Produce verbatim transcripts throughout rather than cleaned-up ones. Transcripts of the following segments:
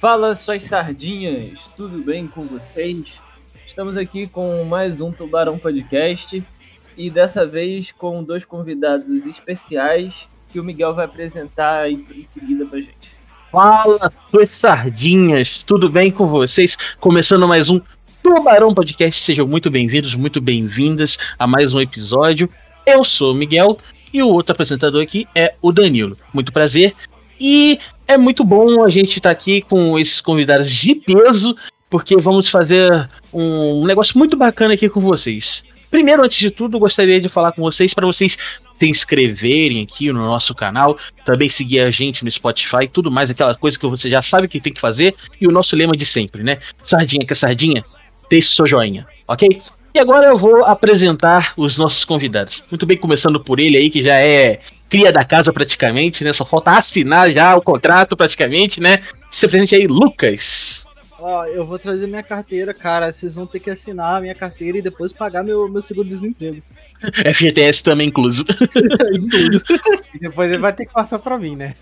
Fala, suas sardinhas, tudo bem com vocês? Estamos aqui com mais um Tubarão Podcast e dessa vez com dois convidados especiais que o Miguel vai apresentar aí em seguida pra gente. Fala, suas sardinhas, tudo bem com vocês? Começando mais um Tubarão Podcast, sejam muito bem-vindos, muito bem-vindas a mais um episódio. Eu sou o Miguel e o outro apresentador aqui é o Danilo. Muito prazer. E é muito bom a gente estar aqui com esses convidados de peso, porque vamos fazer um negócio muito bacana aqui com vocês. Primeiro, antes de tudo, gostaria de falar com vocês para vocês se inscreverem aqui no nosso canal, também seguir a gente no Spotify, tudo mais, aquela coisa que você já sabe que tem que fazer, e o nosso lema de sempre, né? Sardinha que é sardinha, deixe seu joinha, ok? E agora eu vou apresentar os nossos convidados. Muito bem, começando por ele aí, que já é cria da casa praticamente, né? Só falta assinar já o contrato praticamente, né? Se presente aí, Lucas. Ó, oh, eu vou trazer minha carteira, cara. Vocês vão ter que assinar a minha carteira e depois pagar meu, meu seguro-desemprego. F G T S também incluso. Incluso. E depois ele vai ter que passar pra mim, né?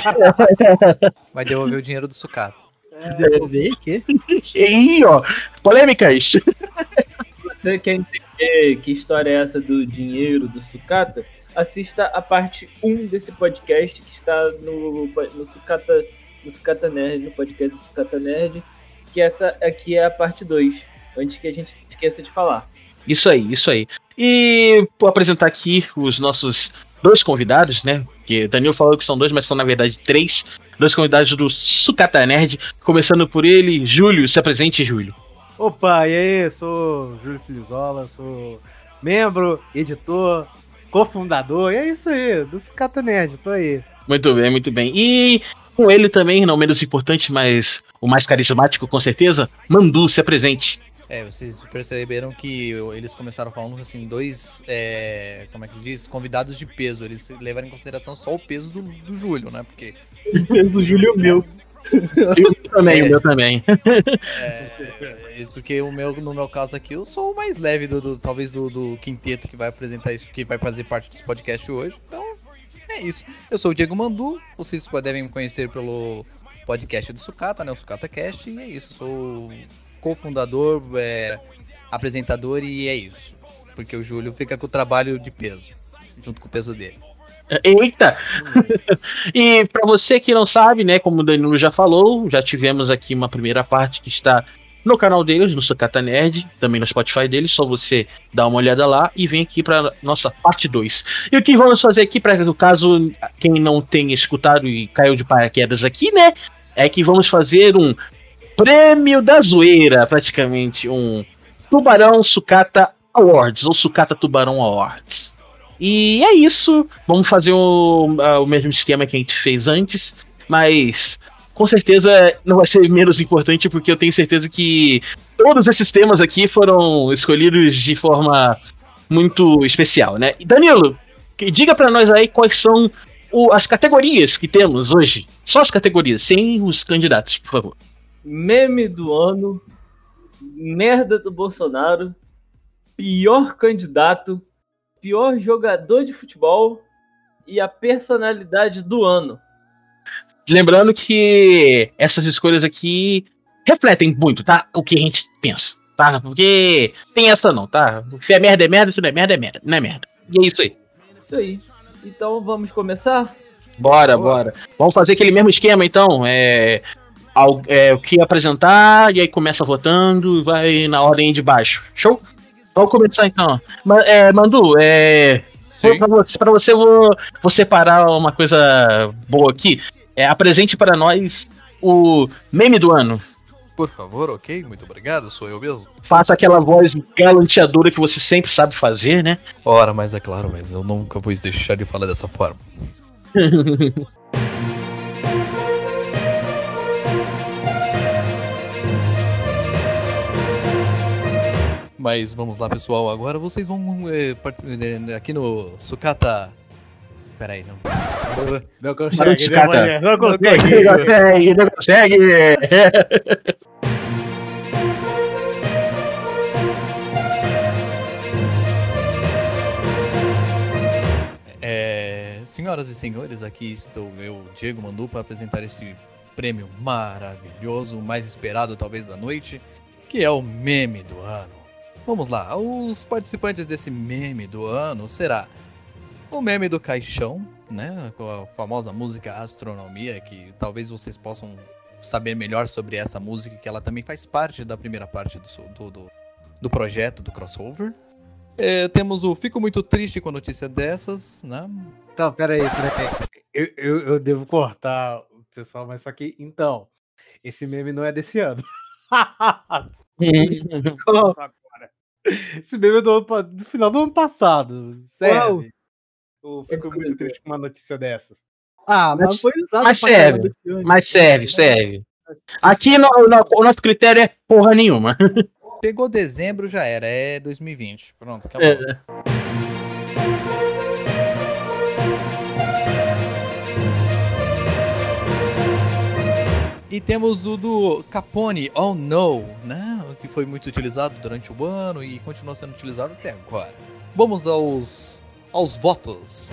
Vai devolver o dinheiro do sucata. É, devolver o quê? E aí, ó, polêmicas. Você quer entender que história é essa do dinheiro do sucata? Assista a parte um desse podcast que está no, no, Sucata, no Sucata Nerd, no podcast do Sucata Nerd, que essa aqui é a parte dois, antes que a gente esqueça de falar. Isso aí, isso aí. E vou apresentar aqui os nossos dois convidados, né? Que Danilo falou que são dois, mas são na verdade três. Dois convidados do Sucata Nerd. Começando por ele, Júlio. Se apresente, Júlio. Opa, e aí? Sou Júlio Filizola, sou membro, editor, cofundador. E é isso aí, do Sucata Nerd, tô aí. Muito bem, muito bem. E com ele também, não menos importante, mas o mais carismático com certeza, Mandu. Se apresente. É, vocês perceberam que eles começaram falando assim, dois, é, como é que diz, convidados de peso. Eles levaram em consideração só o peso do, do Júlio, né? Porque o peso do Júlio é o meu. Eu também, é, o meu também. É, porque o meu, no meu caso aqui, eu sou o mais leve do, do talvez do, do quinteto que vai apresentar isso, que vai fazer parte desse podcast hoje. Então, é isso. Eu sou o Diego Mandu, vocês devem me conhecer pelo podcast do Sucata, né? O Sucata Cast, e é isso. Eu sou cofundador, é, apresentador e é isso. Porque o Júlio fica com o trabalho de peso, junto com o peso dele. Eita! E pra você que não sabe, né, como o Danilo já falou, já tivemos aqui uma primeira parte que está no canal deles, no Sucata Nerd, também no Spotify deles, só você dá uma olhada lá e vem aqui pra nossa parte dois. E o que vamos fazer aqui, para no caso, quem não tenha escutado e caiu de paraquedas aqui, né, é que vamos fazer um prêmio da zoeira, praticamente, um Tubarão Sucata Awards, ou Sucata Tubarão Awards. E é isso, vamos fazer o, o mesmo esquema que a gente fez antes, mas com certeza não vai ser menos importante, porque eu tenho certeza que todos esses temas aqui foram escolhidos de forma muito especial, né? E Danilo, diga pra nós aí quais são o, as categorias que temos hoje, só as categorias, sem os candidatos, por favor. Meme do ano, merda do Bolsonaro, pior candidato, pior jogador de futebol e a personalidade do ano. Lembrando que essas escolhas aqui refletem muito, tá? O que a gente pensa, tá? Porque tem essa não, tá? Se é merda é merda, se não é merda é merda, não é merda. E é isso aí. Isso aí. Então vamos começar? Bora, bora. Vamos fazer aquele mesmo esquema então. É, é o que apresentar e aí começa votando e vai na ordem de baixo. Show? Vamos começar então. É, Mandu, é, pra você, pra você vou, vou separar uma coisa boa aqui. É, apresente para nós o meme do ano. Por favor, ok, muito obrigado, sou eu mesmo. Faça aquela voz galanteadora que você sempre sabe fazer, né? Ora, mas é claro, mas eu nunca vou deixar de falar dessa forma. Mas vamos lá, pessoal. Agora vocês vão é, part... aqui no Sucata. Peraí, não. Não consegue, não, não, não consegue. Não consegue, não consegue. É, senhoras e senhores, aqui estou eu, Diego Mandu, para apresentar esse prêmio maravilhoso, o mais esperado talvez da noite, que é o meme do ano. Vamos lá, os participantes desse meme do ano será o meme do caixão, né, com a famosa música Astronomia, que talvez vocês possam saber melhor sobre essa música, que ela também faz parte da primeira parte do, do, do, do projeto, do crossover. É, temos o Fico Muito Triste com a notícia dessas, né? Então, peraí, peraí. Eu, eu, eu devo cortar o pessoal, mas só que, então, esse meme não é desse ano. Agora. Esse meme é do, ano, do final do ano passado. Serve. Eu fico muito triste com uma notícia dessas. Ah, mas, mas foi usado mas pra serve, mas serve, serve. Aqui no, no, o nosso critério é porra nenhuma. Pegou dezembro, já era, é dois mil e vinte. Pronto, acabou. É. E temos o do Capone, Oh No, né? Que foi muito utilizado durante o ano e continua sendo utilizado até agora. Vamos aos, aos votos.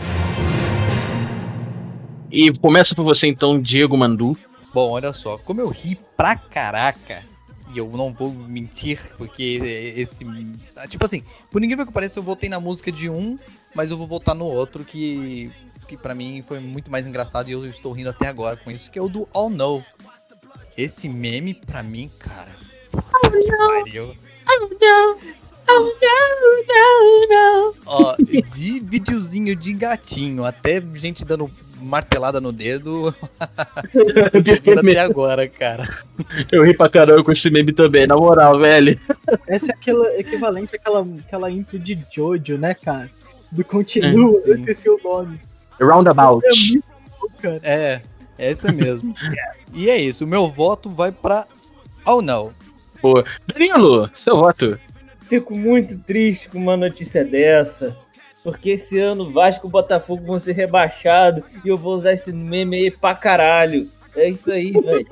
E começa por você então, Diego Mandu. Bom, olha só, como eu ri pra caraca, e eu não vou mentir, porque esse... Tipo assim, por incrível que pareça, eu votei na música de um, mas eu vou votar no outro que, que pra mim foi muito mais engraçado e eu estou rindo até agora com isso, que é o do Oh No. Esse meme, pra mim, cara... Puta que pariu. Oh no, oh no, no, no. Ó, de videozinho de gatinho, até gente dando martelada no dedo, eu tô rindo até agora, cara. Eu ri pra caramba com esse meme também, na moral, velho. Essa é aquela equivalente àquela, àquela intro de Jojo, né, cara? Do Continua, Sim, sim. eu esqueci o nome. Roundabout. É muito bom, cara. É, é essa mesmo. E é isso, o meu voto vai pra Oh No. Pô, Danilo, seu voto. Fico muito triste com uma notícia dessa, porque esse ano o Vasco e o Botafogo vão ser rebaixados e eu vou usar esse meme aí pra caralho. É isso aí, velho.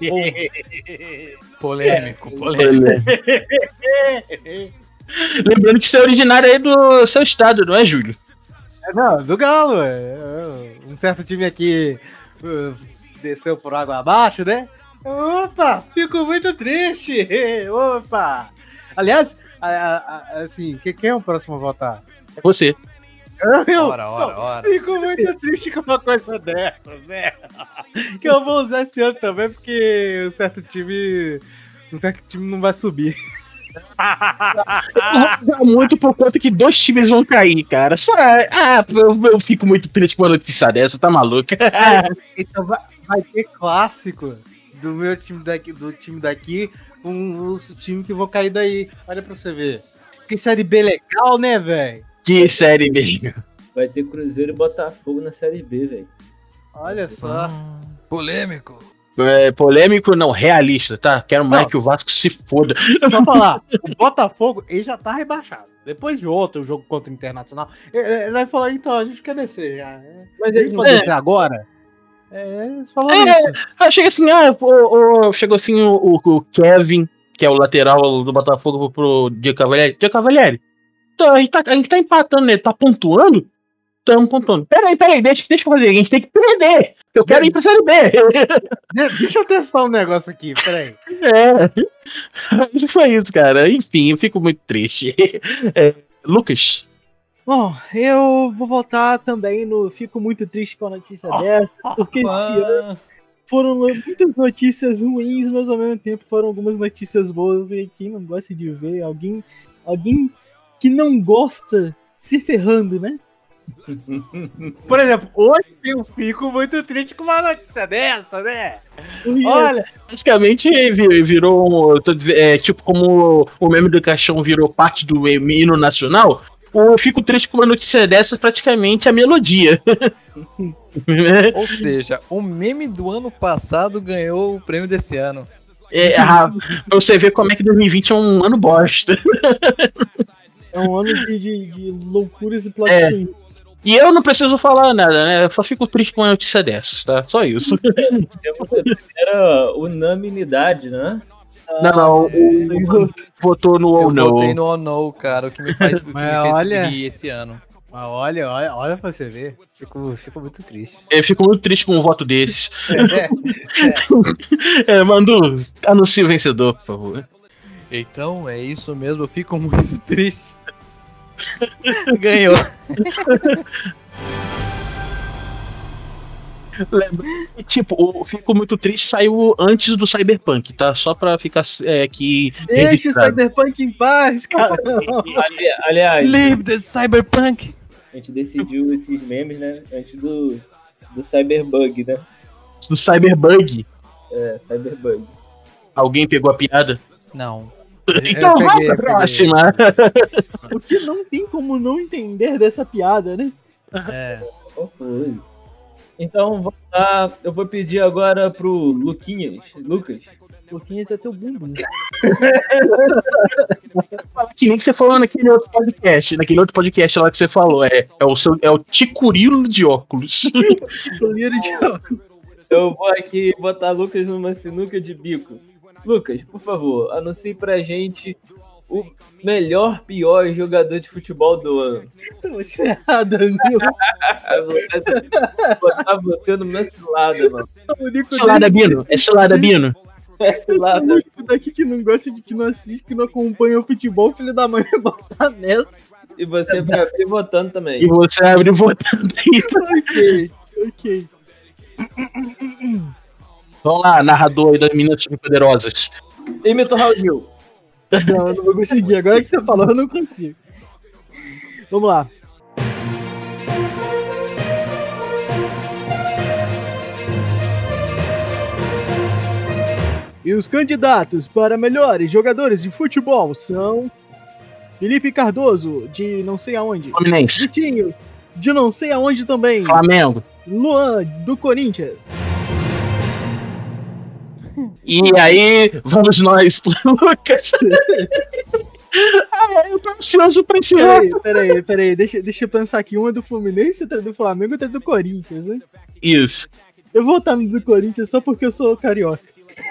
Polêmico, polêmico. Lembrando que isso é originário aí do seu estado, não é, Júlio? É, não, do Galo. É. Um certo time aqui uh, desceu por água abaixo, né? Opa, fico muito triste. Opa. Aliás, a, a, a, assim, quem, quem é o próximo a votar? É você. Eu, Ora, ora, ora. Fico muito triste com uma coisa dessa, né? Que eu vou usar esse ano também, porque um certo time. Um certo time não vai subir. Eu vou usar muito por conta que dois times vão cair, cara. Só, ah, eu, eu fico muito triste com uma notícia dessa, tá maluca? Então vai, vai ter clássico do meu time daqui, do time daqui, com os times que vão cair daí. Olha pra você ver. Que série B legal, né, velho? Que série mesmo. Vai ter Cruzeiro e Botafogo na Série B, velho. Olha só. Ah, polêmico. É, polêmico não, realista, tá? Quero mais Não. que o Vasco se foda. Só falar, o Botafogo, ele já tá rebaixado. Depois de outro jogo contra o Internacional, ele vai falar, então, a gente quer descer já. Mas eles podem É. descer agora? É, eles falaram É. isso. Aí chega assim, ah, o, o- chegou assim o, o- o Kevin, que é o lateral do Botafogo, pro Diego Cavalieri. Diego Cavalieri, então, a, gente tá, a gente tá empatando, né? Tá pontuando? Estamos pontuando. Peraí, peraí, deixa, deixa eu fazer. A gente tem que perder. Eu quero ir pra Série B. De- Deixa eu testar um negócio aqui, peraí. É. Isso foi isso, cara. Enfim, eu fico muito triste. É, Lucas. Bom, eu vou votar também no. Fico muito triste com a notícia dessa, porque esse ano Ah, foram muitas notícias ruins, mas ao mesmo tempo foram algumas notícias boas. E quem não gosta de ver alguém, alguém que não gosta se ferrando, né? Por exemplo, hoje eu fico muito triste com uma notícia dessa, né? Olha, Praticamente vi- virou. um- tô diz- É, tipo, como o meme do caixão virou parte do hino nacional, eu fico triste com uma notícia dessa, praticamente a melodia. ou seja, o meme do ano passado ganhou o prêmio desse ano. É, a- pra você ver como é que dois mil e vinte é um ano bosta. É um ano de, de, de loucuras e plot É. twist. E eu não preciso falar nada, né? Eu só fico triste com uma notícia dessas, tá? Só isso. Temos a primeira unanimidade, né? Não, não, o votou no Eu ou não. votei no Oh No, cara, o que me faz, o que me Mas fez olha- rir esse ano. Mas olha, olha, olha pra você ver. Fico, fico muito triste. Eu fico muito triste com um voto desses. É, É, Mandu, anuncie o vencedor, por favor. Então, é isso mesmo, eu fico muito triste. Ganhou. Lembra? E, tipo, o Fico Muito Triste saiu antes do Cyberpunk, tá? Só pra ficar é, aqui Deixa o registrado. Cyberpunk em paz, cara. Ali- aliás, Leave the Cyberpunk. a gente decidiu esses memes, né? Antes do, do Cyberbug, né? Do Cyberbug. É, Cyberbug. Alguém pegou a piada? Não. Então peguei, vamos pra peguei. próxima. O que não tem como não entender dessa piada, né? é. Qual foi? Então, vamos lá. Eu vou pedir agora pro Luquinhas. Lucas. Luquinhas é teu bumbum. Que nem que você falou naquele outro podcast. Naquele outro podcast lá que você falou. É, é, o, seu, é o Ticurilo de óculos. Colheiro de óculos. Eu vou aqui botar Lucas numa sinuca de bico. Lucas, por favor, anuncie pra gente o melhor, pior jogador de futebol do ano. Você é errado, meu. Vou botar você no meu cilada, mano. O único Cilada Bino? É Cilada Bino? O Cilada. único daqui que não gosta de que não assiste, que não acompanha o futebol, filho da mãe vai botar nessa. E você vai abrir votando E também. você abre votando aí. Ok, ok. Vamos lá, narrador aí das Meninas Poderosas. Imita o Raul Gil. Não, eu não vou conseguir. Agora que você falou, eu não consigo. Vamos lá. E os candidatos para melhores jogadores de futebol são Felipe Cardoso, de não sei aonde. Fluminense. Vitinho, de não sei aonde também. Flamengo. Luan, do Corinthians. E aí, vamos nós pro Lucas. Ah, eu tô ansioso pra esse Peraí, voto. peraí, peraí. Deixa, deixa eu pensar aqui. Um é do Fluminense, outro é do Flamengo, outro é do Corinthians, né? Isso. Eu vou votar no do Corinthians só porque eu sou carioca.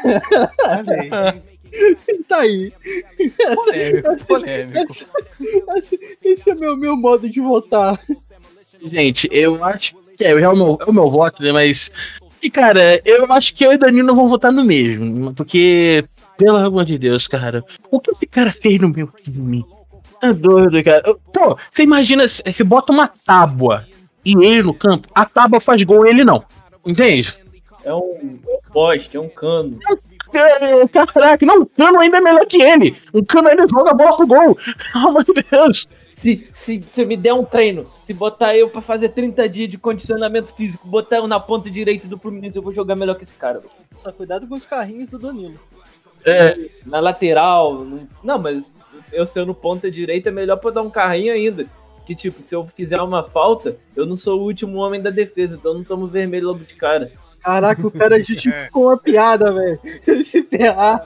Tá aí. Polêmico, polêmico. Esse, esse é meu, meu modo de votar. Gente, eu acho que é, é, o, meu, é o meu voto, né? Mas. E, cara, eu acho que eu e Danilo vão votar no mesmo. Porque, pelo amor de Deus, cara, o que esse cara fez no meu time? Tá doido, cara. Pô, você imagina, você bota uma tábua e ele no campo, a tábua faz gol e ele não. Entende? É um poste, é um cano. É, Caraca, não, um cano ainda é melhor que ele. Um cano ainda joga a bola pro gol. Pelo amor de Deus. Se, se, se me der um treino, se botar eu pra fazer trinta dias de condicionamento físico, botar eu na ponta direita do Fluminense, eu vou jogar melhor que esse cara. Velho. Só cuidado com os carrinhos do Danilo. É, Na lateral. Não, não, mas eu sendo ponta direita é melhor pra eu dar um carrinho ainda. Que tipo, se eu fizer uma falta, eu não sou o último homem da defesa, então eu não tomo vermelho logo de cara. Caraca, o cara justificou uma piada, velho. Se ferrar.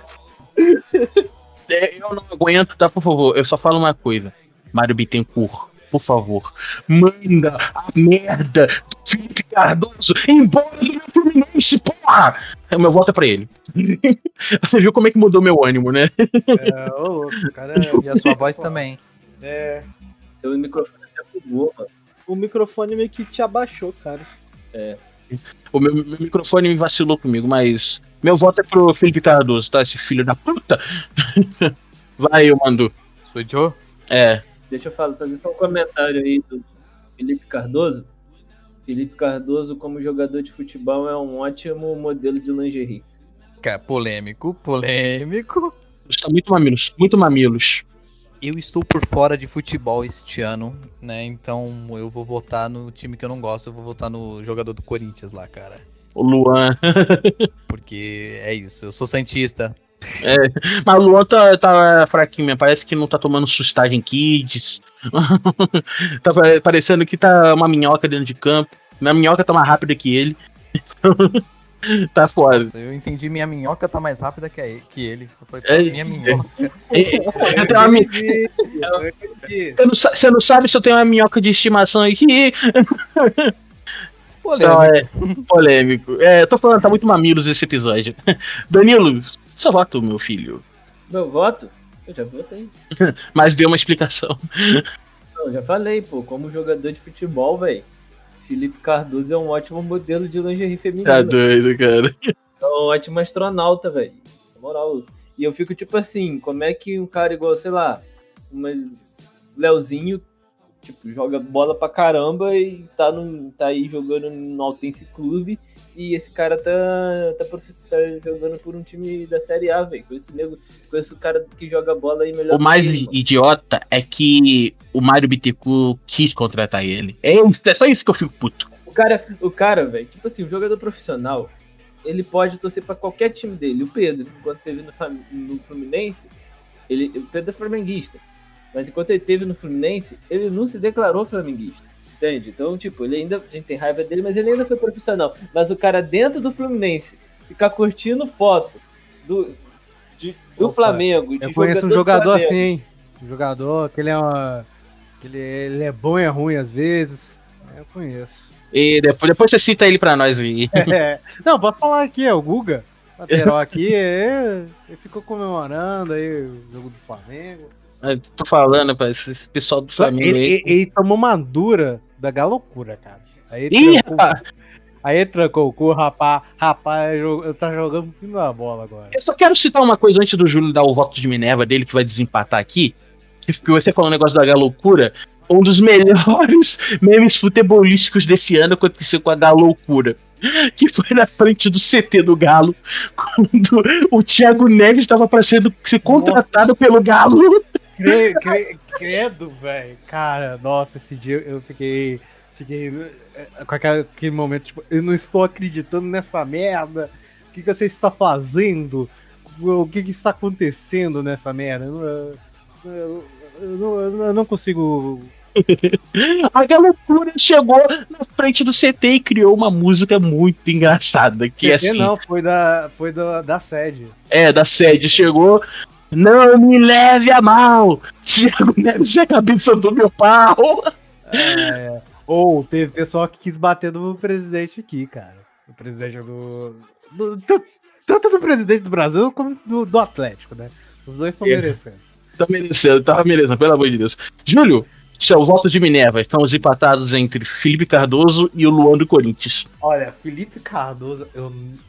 é, eu não aguento, tá? Por favor, eu só falo uma coisa. Mário Bittencourt, por favor, manda a merda do Felipe Cardoso embora do meu Fluminense, porra! O meu voto é pra ele. Você viu como é que mudou meu ânimo, né? É, ô louco, o cara. E a sua voz também. É. Seu microfone até bugou, mano. O microfone meio que te abaixou, cara. O meu, meu microfone me vacilou comigo, mas meu voto é pro Felipe Cardoso, tá? Esse filho da puta. Vai, eu mando. Sou Joe? É. Deixa eu falar, fazer só um comentário aí do Felipe Cardoso. Felipe Cardoso, como jogador de futebol, é um ótimo modelo de lingerie. Cara, polêmico, polêmico. Está muito mamilos, muito mamilos. Eu estou por fora de futebol este ano, né? Então eu vou votar no time que eu não gosto. Eu vou votar no jogador do Corinthians lá, cara. O Luan. Porque é isso, eu sou santista. É, mas o Luan tá, tá fraquinho mesmo. Parece que não tá tomando sustagem kids. Tá parecendo que tá uma minhoca dentro de campo. Minha minhoca tá mais rápida que ele. Tá foda. Nossa, eu entendi, minha minhoca tá mais rápida que, a, que ele. Eu falei, É, minha minhoca. É, eu tenho uma mi- Você não, sa- você não sabe se eu tenho uma minhoca de estimação aqui. Polêmico. Não, é polêmico. É, eu tô falando, tá muito mamilos esse episódio. Danilo, só voto, meu filho. Meu voto? Eu já votei. Mas deu uma explicação. Não, já falei, pô, como jogador de futebol, velho. Felipe Cardoso é um ótimo modelo de lingerie feminina. Tá doido, cara. É um ótimo astronauta, velho. Na moral. E eu fico tipo assim, como é que um cara igual, sei lá, uma Leozinho, tipo, joga bola pra caramba e tá, no, tá aí jogando no Altense Clube e esse cara tá, tá, tá jogando por um time da Série A, velho. Com esse nego, com esse cara que joga bola aí melhor. O mais que ele, idiota é que o Mário Bittencourt quis contratar ele. É, isso, é só isso que eu fico puto. O cara, o cara, velho, tipo assim, o jogador profissional, ele pode torcer pra qualquer time dele. O Pedro, enquanto teve no, no Fluminense, ele, o Pedro é flamenguista. Mas enquanto ele teve no Fluminense, ele não se declarou flamenguista. Entende? Então, tipo, ele ainda, a gente tem raiva dele, mas ele ainda foi profissional. Mas o cara dentro do Fluminense, ficar curtindo foto do, de, do Opa, Flamengo. De eu conheço um jogador assim, hein? Um jogador que ele é uma... que ele, ele é bom e é ruim às vezes. Eu conheço. E depois, depois você cita ele pra nós aí. É. Não, pode falar aqui, é o Guga. Lateral aqui, ele, ele ficou comemorando aí o jogo do Flamengo. Eu tô falando, pai, esse pessoal do Flamengo ele, aí. Ele, ele tomou uma dura da galocura, cara. Aí ele, Ih, trancou, aí ele trancou o cu, rapaz. Rapaz, eu tá jogando no fim da bola agora. Eu só quero citar uma coisa antes do Júlio dar o voto de Minerva dele, que vai desempatar aqui. Que você falou um negócio da galocura. Um dos melhores memes futebolísticos desse ano aconteceu com a galocura. Que foi na frente do C T do Galo, quando o Thiago Neves estava para ser, ser contratado nossa. pelo Galo. Cre, cre, credo, velho. Cara, nossa, esse dia eu fiquei. Fiquei com aquele, aquele momento, tipo, eu não estou acreditando nessa merda. O que, que você está fazendo? O que, que está acontecendo nessa merda? Eu, eu, eu, eu, eu não consigo. A galocura chegou na frente do C T e criou uma música muito engraçada. Que C T assim, não, foi da, foi da, da sede. É, da sede. Chegou. Não me leve a mal! Thiago Neves é a cabeça do meu pau! É, ou teve pessoal que quis bater no presidente aqui, cara. O presidente do. do tanto do presidente do Brasil como do, do Atlético, né? Os dois estão é. merecendo. Tá merecendo, tava merecendo, pelo amor de Deus. Júlio, seu voto de Minerva. Estamos empatados entre Felipe Cardoso e o Luan do Corinthians. Olha, Felipe Cardoso, eu.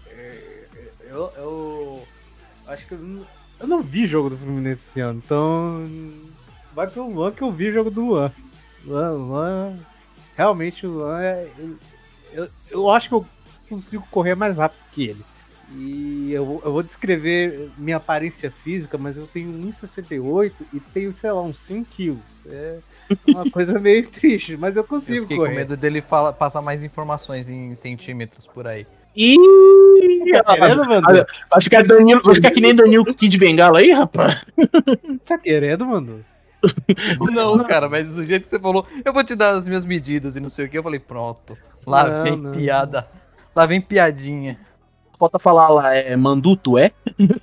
Eu. eu acho que eu não, eu não vi jogo do Fluminense esse ano, então. Vai pro Luan que eu vi jogo do Luan. Luan, Luan realmente o Luan é. Eu, eu, eu acho que eu consigo correr mais rápido que ele. E eu, eu vou descrever minha aparência física, mas eu tenho um metro e sessenta e oito e tenho, sei lá, uns cinco quilos. É uma coisa meio triste, mas eu consigo correr. Eu fiquei correr. com medo dele fala, passar mais informações em centímetros por aí. Ih, tá querendo, mano? Vai ficar, Danilo, vai ficar que nem Danilo Kid Bengala aí, rapaz? Tá querendo, mano? Não, cara, mas do jeito que você falou, eu vou te dar as minhas medidas e não sei o que, eu falei, pronto. Lá não, vem não, piada. Não. Lá vem piadinha. Falta falar lá, é Manduto, é?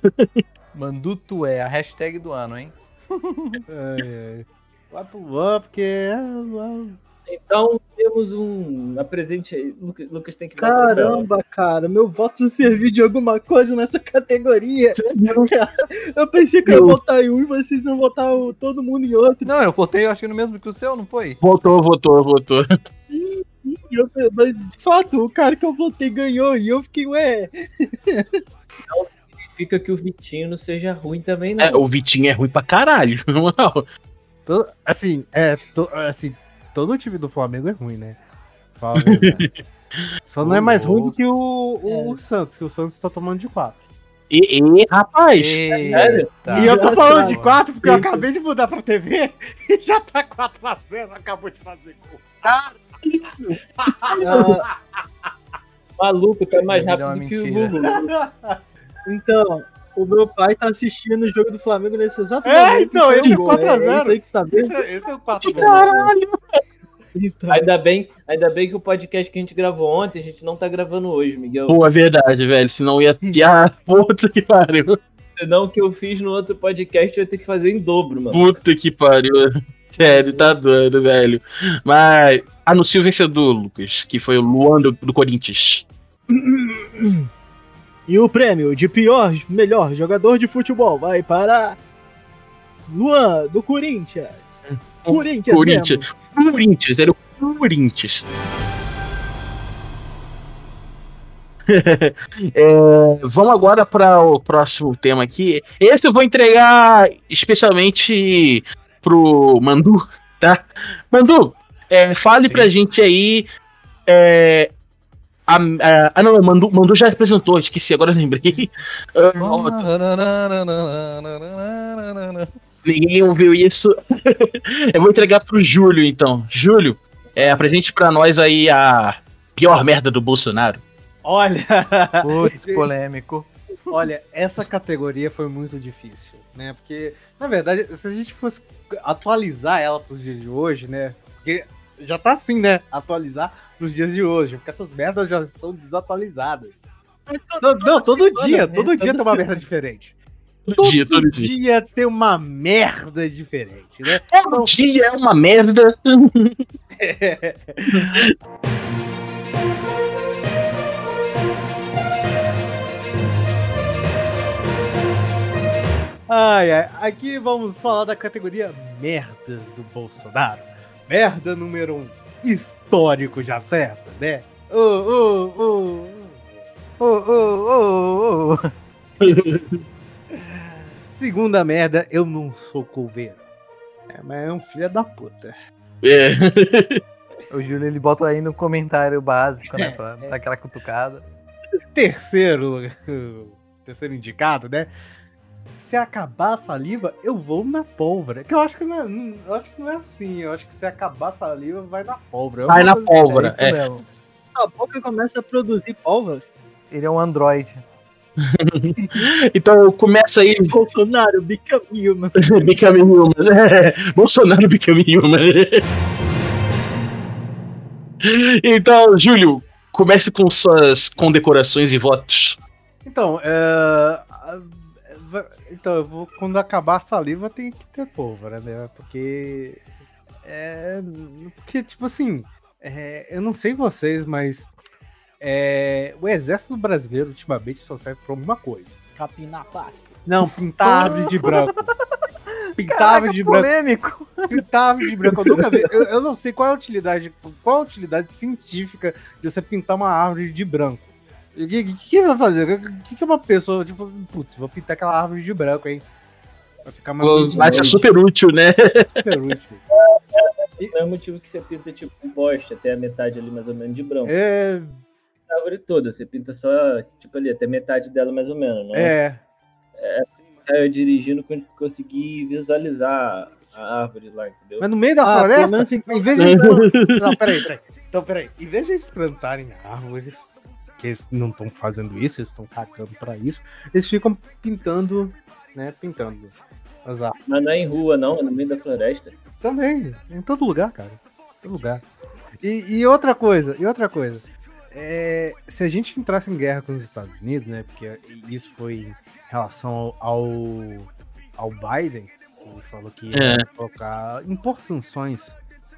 Manduto é a hashtag do ano, hein? Ai, ai. Vai pro Luan, porque... Então, temos um... Apresente aí. Lucas, Lucas tem que dar Caramba, cara, meu voto serviu de alguma coisa nessa categoria. Eu pensei que eu ia votar em um e vocês iam votar todo mundo em outro. Não, eu votei, eu acho que no mesmo que o seu, não foi? Votou, votou, votou. Sim, sim, eu, mas de fato, o cara que eu votei ganhou e eu fiquei, ué... Não significa que o Vitinho não seja ruim também, não. É, o Vitinho é ruim pra caralho, não. Todo, assim, é, to, assim, todo time do Flamengo é ruim, né? Fala a verdade. Só não é mais ruim do que o, o, o Santos, que o Santos tá tomando de quatro. E, e rapaz, sério? E eu tô falando de quatro porque eu acabei de mudar pra T V e já tá quatro a zero, acabou de fazer gol. Ah, maluco, tá mais rápido do que o Google. Então, o meu pai tá assistindo o jogo do Flamengo nesse exato momento. É, então, esse é quatro a zero. É isso aí que você tá vendo? Esse, esse é o quatro a zero. Caralho. Então. Ainda, bem, ainda bem que o podcast que a gente gravou ontem, a gente não tá gravando hoje, Miguel. Pô, é verdade, velho. Senão ia ter a puta que pariu. Senão o que eu fiz no outro podcast eu ia ter que fazer em dobro, mano. Puta que pariu. Sério, tá doido, velho. Mas anuncia o vencedor, Lucas, que foi o Luan do, do Corinthians. E o prêmio de pior, melhor jogador de futebol vai para Luan, do Corinthians. Corinthians, Corinthians. mesmo. Corinthians, era o Corinthians. É, vamos agora para o próximo tema aqui. Esse eu vou entregar especialmente pro Mandu, tá? Mandu, é, fale Sim. pra gente aí. É, a, a, ah, não, Mandu, Mandu já apresentou, esqueci, agora eu lembrei. Ninguém ouviu isso. Eu vou entregar pro Júlio, então. Júlio, é, apresente pra nós aí a pior merda do Bolsonaro. Olha, Putz, polêmico. olha, essa categoria foi muito difícil, né? Porque, na verdade, se a gente fosse atualizar ela pros dias de hoje, né? Porque já tá assim, né? Atualizar pros dias de hoje, porque essas merdas já estão desatualizadas. Não, não, todo dia, todo dia tem uma merda diferente. Todo dia, todo dia. dia tem uma merda diferente, né? Todo dia é uma merda. Ai, ai, aqui vamos falar da categoria merdas do Bolsonaro. Merda número um, histórico já certo, né? Ô, ô, ô, Ô, ô, ô, ô. segunda merda, eu não sou coveiro. É, mas é um filho da puta. É. O Júlio, ele bota aí no comentário básico, né? Pra dar aquela cutucada. Terceiro, terceiro indicado, né? Se acabar a saliva, eu vou na pólvora. Que eu acho que não é, eu acho que não é assim. Eu acho que se acabar a saliva, vai na pólvora. É Vai uma na coisa pólvora, assim. É isso é. mesmo. A boca começa a produzir pólvora. Ele é um androide. Então começa aí. Bolsonaro, bicaminho, mano. Become human. Bolsonaro become human. Então, Júlio, comece com suas condecorações e votos. Então, é... Então, eu vou, quando acabar a saliva, tem que ter pólvora, né? Porque. É. Porque, tipo assim. É... Eu não sei vocês, mas. É... O exército brasileiro, ultimamente, só serve pra uma coisa: Capinar pasta. não, pintar árvore de branco. Pintar Caraca, árvore de branco. polêmico. Pintar árvore de branco. Eu nunca vi. Eu, eu não sei qual é a utilidade. Qual a utilidade científica de você pintar uma árvore de branco. O que, que, que vai fazer? O que, que uma pessoa, tipo, putz, vou pintar aquela árvore de branco, hein? Vai ficar mais bonito, Vai ser super útil, né? super útil. Não é o motivo que você pinta tipo um poste até a metade ali mais ou menos de branco. É. A árvore toda, você pinta só tipo ali até metade dela mais ou menos, não é? É. Eu dirigindo con- consegui visualizar a árvore lá, entendeu? Mas no meio da Ah, floresta, pelo menos em- em vez de eles... Não, peraí, peraí. Então, peraí. Em vez de eles plantarem árvores, que eles não estão fazendo isso, eles estão cagando pra isso, eles ficam pintando, né? Pintando as árvores. Mas não é em rua, não, é no meio da floresta. Também, em todo lugar, cara. Em todo lugar. E, e outra coisa, e outra coisa. É, se a gente entrasse em guerra com os Estados Unidos, né? Porque isso foi em relação ao, ao Biden, ele falou que ia É. colocar, impor sanções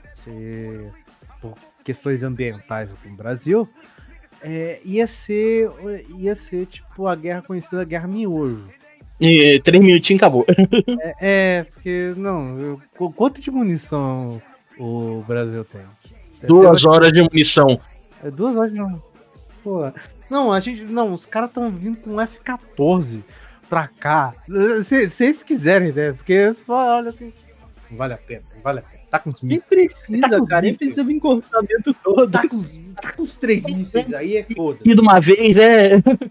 se, por questões ambientais com o Brasil, é, ia ser, ia ser tipo a guerra conhecida, a guerra miojo. E três minutinhos acabou. É, é, porque, não, eu- qu- quanto de munição o Brasil tem? Duas horas de munição. É duas horas não. Pô. Não, a gente. Não, os caras estão vindo com um F quatorze pra cá. Se, se eles quiserem, né? Porque eles falam, olha assim. Não vale a pena, não vale a pena. Tá com os Nem mil. precisa, Tá com os cara. Nem mísseis. precisa vir com o orçamento todo. Tá com, os- tá com os três mísseis aí, é foda. E de uma vez, é.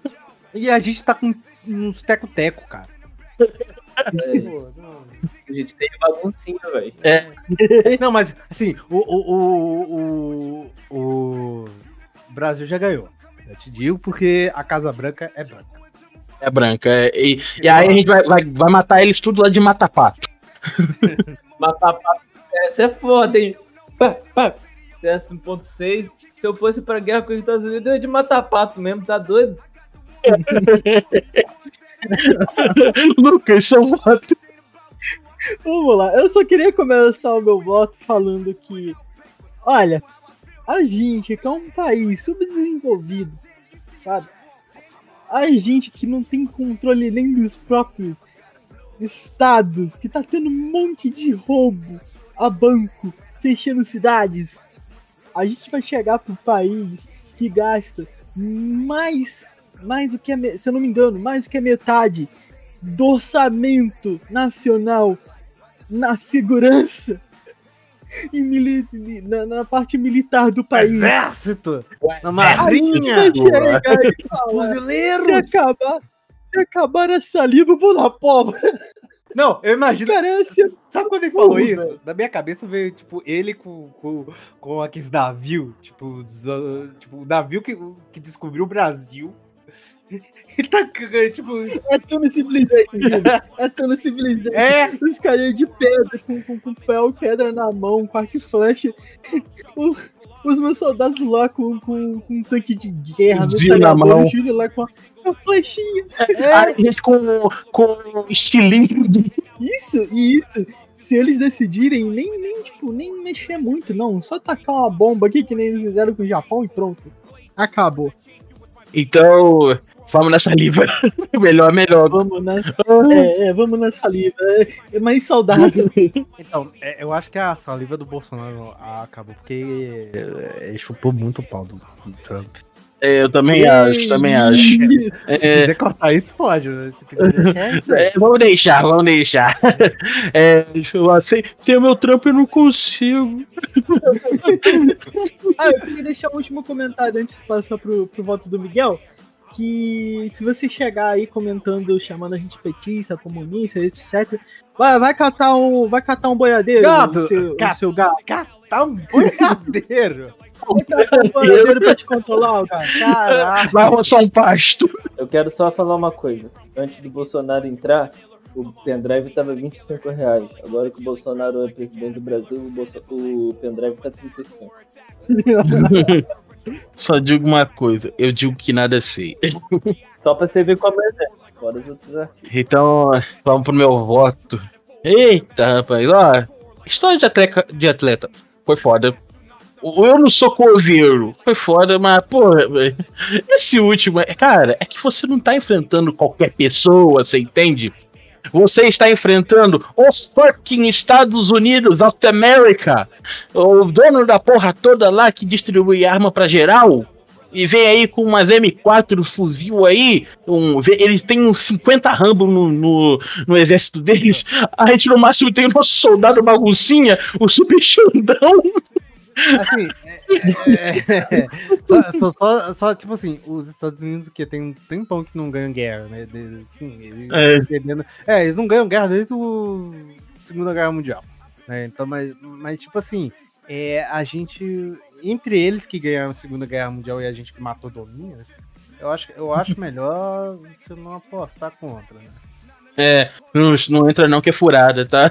E a gente tá com uns teco-teco, cara. É, Pô, não. a gente tem baguncinha, velho. Não, mas assim, o, o, o, o, o Brasil já ganhou. Eu te digo porque a Casa Branca é branca. É branca. é, e, e aí a gente vai, vai, vai matar eles tudo lá de mata-pato. Matar pato, essa é foda, hein? Pá, pá. C S um ponto seis. Se eu fosse pra guerra com os Estados Unidos, eu ia de matar pato mesmo, tá doido? Lucas, seu voto. Vamos lá. Eu só queria começar o meu voto falando que, olha, a gente que é um país subdesenvolvido, sabe? A gente que não tem controle nem dos próprios estados, que tá tendo um monte de roubo a banco, fechando cidades. A gente vai chegar para um país que gasta mais, mais do que, a, se eu não me engano, mais do que a metade do orçamento nacional na segurança e mili- na, na parte militar do país. Exército! Na A gente marinha! vai chegar e Os falar, se fuzileiros! acabar, se acabar a saliva, eu vou na pólvora. Não, eu imagino. Cara, se Sabe quando ele falou Porra, isso? velho. Na minha cabeça veio, tipo, ele com, com, com aqueles navios, tipo, des- uh, tipo, o navio que, que descobriu o Brasil. E tá, tipo, é Tunnel Civilization, gente. É Tunnel Civilization. é, Os caras de pedra, com, com, com pé, pedra na mão, com arco e flecha. O- Os meus soldados lá com, com, com um tanque de guerra, Desvio na mão. o Júlio lá com a, com a flechinha. A gente com, com estilinho de Isso, e isso. Se eles decidirem nem, nem, tipo, nem mexer muito, não. Só tacar uma bomba aqui, que nem eles fizeram com o Japão e pronto. Acabou. Então, vamos na saliva. Melhor, melhor. Vamos na, é, é, vamos na saliva. É, é mais saudável. então, é, eu acho que a saliva do Bolsonaro acabou porque é, ele chupou muito o pau do, do Trump. É, eu também acho, também acho. Isso. Se É, quiser cortar isso, pode. Né? Se quiser deixar, isso. é, vamos deixar, vamos deixar. É, deixa eu lá. Sem, sem o meu trampo eu não consigo. Ah, eu queria deixar um último comentário antes de passar pro, pro voto do Miguel. Que se você chegar aí comentando, chamando a gente petista, comunista, etcétera, vai, vai catar um, vai catar um boiadeiro, Gado! o seu, o Ca- seu gato. Catar um boiadeiro. Vai catar um boiadeiro pra te controlar, o cara. Caraca. Vai roçar um pasto. Eu quero só falar uma coisa. Antes do Bolsonaro entrar, o pendrive tava vinte e cinco reais. Agora que o Bolsonaro é presidente do Brasil, o, Bolso... o pendrive tá trinta e cinco. Só digo uma coisa, eu digo que nada sei. Só pra você ver como é, né? Fora os outros artigos. Então, vamos pro meu voto. Eita, rapaz, ó. História de atleta, de atleta foi foda. O- Eu não sou coveiro, foi foda, mas, porra, velho, esse último, é- cara, é que você não tá enfrentando qualquer pessoa, você entende? Você está enfrentando os fucking Estados Unidos of America, o dono da porra toda lá que distribui arma pra geral. E vem aí com umas M quatro fuzil aí, um, vê- eles têm uns cinquenta Rambo no, no, no exército deles. A gente no máximo tem o nosso soldado baguncinha, o Super Xandão. Assim, é, é, é, só, só, só, só, tipo assim, os Estados Unidos que tem um tempão que não ganham guerra, né? De, assim, eles, É. perdendo- é, eles não ganham guerra desde o Segunda Guerra Mundial. Né? Então, mas, mas, tipo assim, é, a gente. Entre eles que ganharam a Segunda Guerra Mundial e a gente que matou Dominhas, eu acho, eu acho melhor você não apostar contra, né? É, não, não entra não que é furada, tá?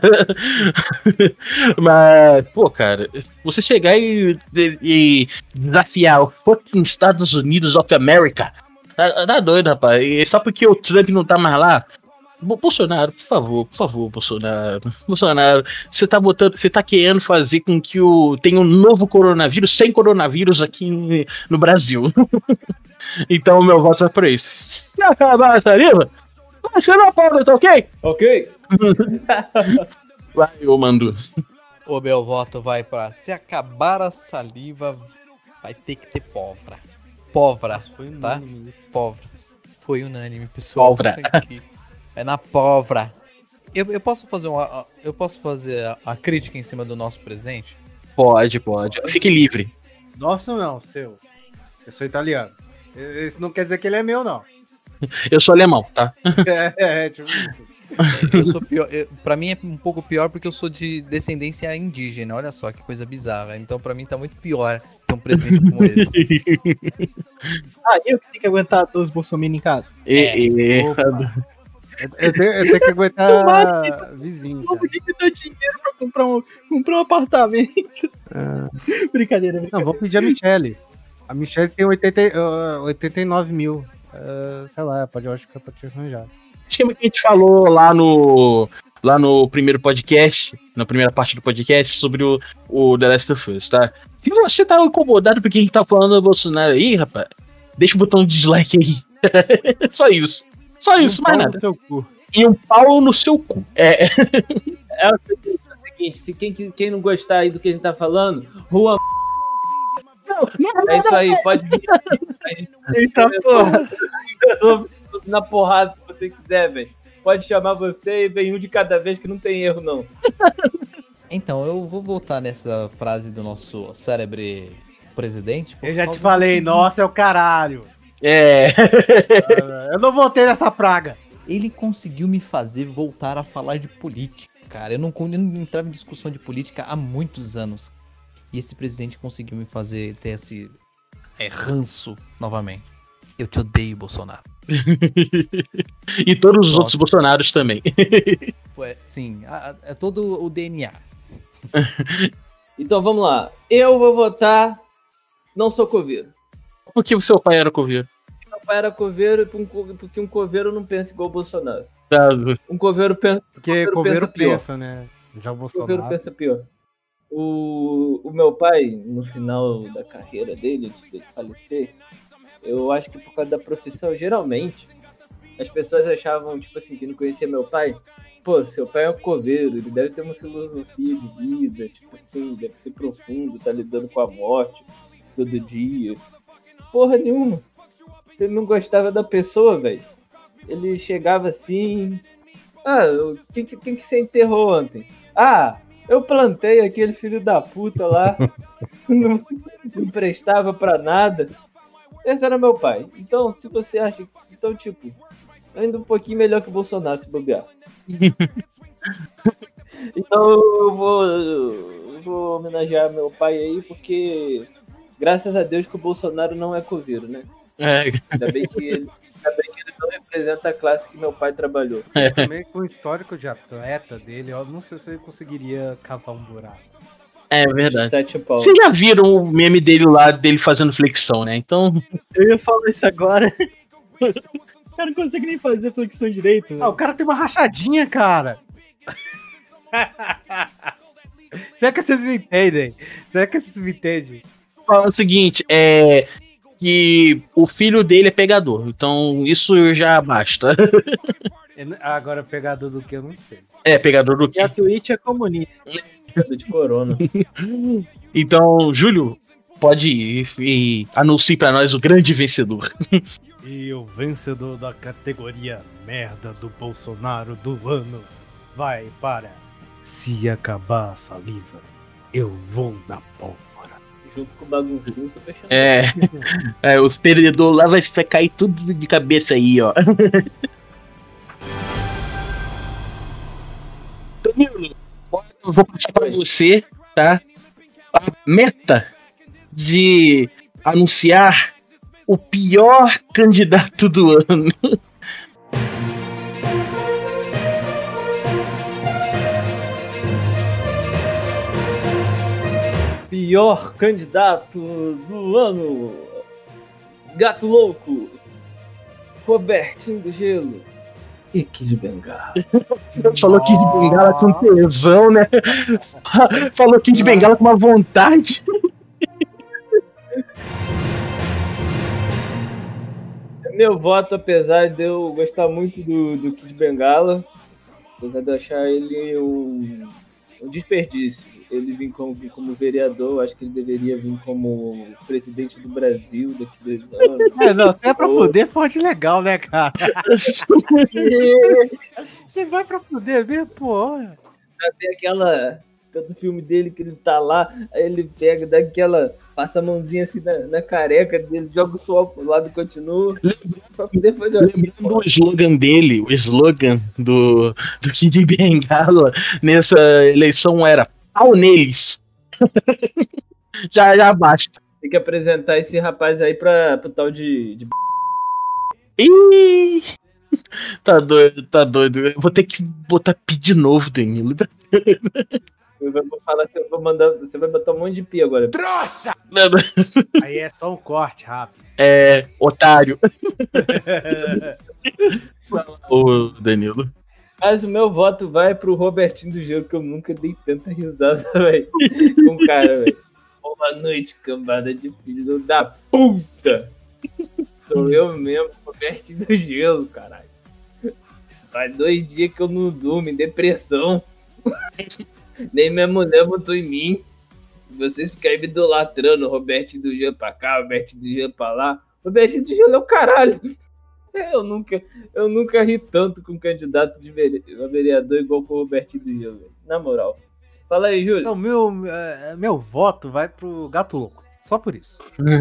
Mas, pô, cara, você chegar e, e- e desafiar o fucking Estados Unidos of America, tá, tá doido, rapaz. E só porque o Trump não tá mais lá. Bo- Bolsonaro, por favor, por favor, Bolsonaro. Bolsonaro, você tá botando, você tá querendo fazer com que o tenha um novo coronavírus sem coronavírus aqui em- no Brasil. Então o meu voto vai pra isso. Se acabar a saliva, vai ser na pauta, tá ok? Ok? Vai, ô Mandu. O meu voto vai pra se acabar a saliva, vai ter que ter pólvora. Pólvora, Foi tá? unânime isso. Pólvora. Foi unânime, pessoal. Pólvora. Aqui. É na pólvora. Eu, eu posso fazer uma. Eu posso fazer a, a crítica em cima do nosso presidente? Pode, pode. Fique livre. Nossa, não, seu. Eu sou italiano. Isso não quer dizer que ele é meu, não. Eu sou alemão, tá? É, é, tipo isso. Eu sou pior. Eu, pra mim é um pouco pior porque eu sou de descendência indígena. Olha só que coisa bizarra. Então pra mim tá muito pior ter um presidente como esse. Ah, eu que tenho que aguentar dois bolsominions em casa. E, e- Opa. Eu, eu tenho, eu tenho que aguentar vizinho, cara. Por que que dá dinheiro pra comprar um, comprar um apartamento? Brincadeira, brincadeira. Não, vou pedir a Michelle. A Michelle tem oitenta, e- uh, oitenta e nove mil. Uh, sei lá, pode, eu acho que é pra te arranjar. esquema que a gente falou lá no lá no primeiro podcast, na primeira parte do podcast sobre o, o The Last of Us, tá? Se você tá incomodado porque a gente tá falando do Bolsonaro aí, rapaz, deixa o botão de dislike aí. Só isso. Só isso, Um mais pau nada. no seu cu. E um pau no seu cu. É, É o seguinte, é o seguinte, se quem, quem não gostar aí do que a gente tá falando, rua... É isso aí, pode vir. A gente Eita porra! resolve na porrada se você quiser, velho. Pode chamar você e vem um de cada vez que não tem erro, não. Então, eu vou voltar nessa frase do nosso célebre presidente. por Eu já te causa do falei, seguinte. nossa, é o caralho. É. Eu não voltei nessa praga. Ele conseguiu me fazer voltar a falar de política, cara. Eu não, eu não entrava em discussão de política há muitos anos. E esse presidente conseguiu me fazer ter esse é, ranço novamente. Eu te odeio, Bolsonaro. E todos os Pronto. outros Bolsonaros também. Ué, sim, é todo o D N A. Então vamos lá. Eu vou votar. Não sou coveiro. Por que o seu pai era coveiro? Meu pai era coveiro porque um coveiro não pensa igual o Bolsonaro. Tá. Um coveiro pensa, Porque Coveiro coveiro pensa pior. pensa, né? Já o um coveiro Bolsonaro. pensa pior. O, o meu pai, no final da carreira dele, antes dele falecer, eu acho que por causa da profissão, geralmente, as pessoas achavam, tipo assim, que não conhecia meu pai. Pô, seu pai é um coveiro, ele deve ter uma filosofia de vida, tipo assim, deve ser profundo, tá lidando com a morte todo dia. Porra nenhuma. Se ele não gostava da pessoa, velho, ele chegava assim... Ah, quem que, quem que você enterrou ontem? Ah, eu plantei aquele filho da puta lá, não, não prestava pra nada. Esse era meu pai. Então, se você acha... Então, tipo, ainda um pouquinho melhor que o Bolsonaro, se bobear. Então, eu vou, eu vou homenagear meu pai aí, porque graças a Deus que o Bolsonaro não é coveiro, né? É. Ainda bem que ele, ainda bem que ele não representa a classe que meu pai trabalhou. Também com o histórico de atleta dele, eu não sei se ele conseguiria cavar um buraco. É verdade. Sete pau. Vocês já viram o meme dele lá, dele fazendo flexão, né? Então, Eu ia falar isso agora. O cara não consegue nem fazer flexão direito. Ah, o cara tem uma rachadinha, cara. Será que vocês me entendem? Será que vocês me entendem? fala o seguinte, é que o filho dele é pegador. Então, isso já basta. Agora, pegador do que eu não sei. É, pegador do E quê? a Twitch é comunista. De corona. Então, Júlio, pode ir e anuncie pra nós o grande vencedor. E o vencedor da categoria merda do Bolsonaro do ano vai para Se Acabar a Saliva, Eu Vou na Pólvora. Junto com o baguncinho, você fechando. É, é os perdedores lá vai vai cair tudo de cabeça aí, ó. Danilo, eu vou passar pra você, tá? A meta de anunciar o pior candidato do ano. Pior candidato do ano. Gato Louco. Robertinho do Gelo. E Kid Bengala. Falou Kid Bengala com tesão, né? Falou Kid Bengala com uma vontade. Meu voto, apesar de eu gostar muito do, do Kid Bengala, apesar de eu achar ele um, um desperdício. Ele vir como, como vereador, acho que ele deveria vir como presidente do Brasil daqui a dois anos. É, não, se é pra fuder, fonte legal, né, cara? Você vai pra fuder mesmo, porra. Tem aquela... Todo filme dele que ele tá lá, aí ele pega, dá aquela... Passa a mãozinha assim na, na careca dele, joga o suor pro lado e continua. Pra poder fazer Lembrando o slogan dele, o slogan do, do Kid Bengala nessa eleição era pau neles. já, já basta. Tem que apresentar esse rapaz aí pra, pro tal de... de... Ih, tá doido, tá doido. Eu vou ter que botar pi de novo, Danilo. Eu vou falar que eu vou mandar... Você vai botar um monte de pi agora. Aí é só um corte rápido. É, otário. Ô, Danilo. Mas o meu voto vai pro Robertinho do Gelo, que eu nunca dei tanta risada, velho. Com o cara, velho. Boa noite, cambada de filho da puta. Sou eu mesmo, Robertinho do Gelo, caralho. Faz dois dias que eu não durmo, em depressão. Nem mesmo mulher votou em mim. Vocês ficam aí me idolatrando, Roberto do Jean pra cá, Roberto do Jean pra lá. Roberto do Jean é o caralho. Eu nunca, eu nunca ri tanto com um candidato de vereador igual com o Roberto do Jean, velho. Na moral. Fala aí, Júlio. Então, meu, é, meu voto vai pro Gato Louco. Só por isso.